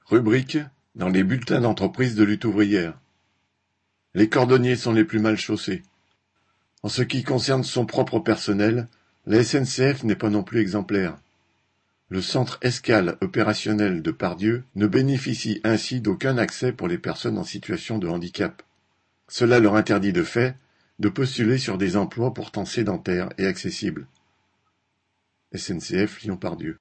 Rubrique dans les bulletins d'entreprise de lutte ouvrière. Les cordonniers sont les plus mal chaussés. En ce qui concerne son propre personnel, la SNCF n'est pas non plus exemplaire. Le centre escale opérationnel de Pardieu ne bénéficie ainsi d'aucun accès pour les personnes en situation de handicap. Cela leur interdit de fait de postuler sur des emplois pourtant sédentaires et accessibles. SNCF Lyon-Pardieu.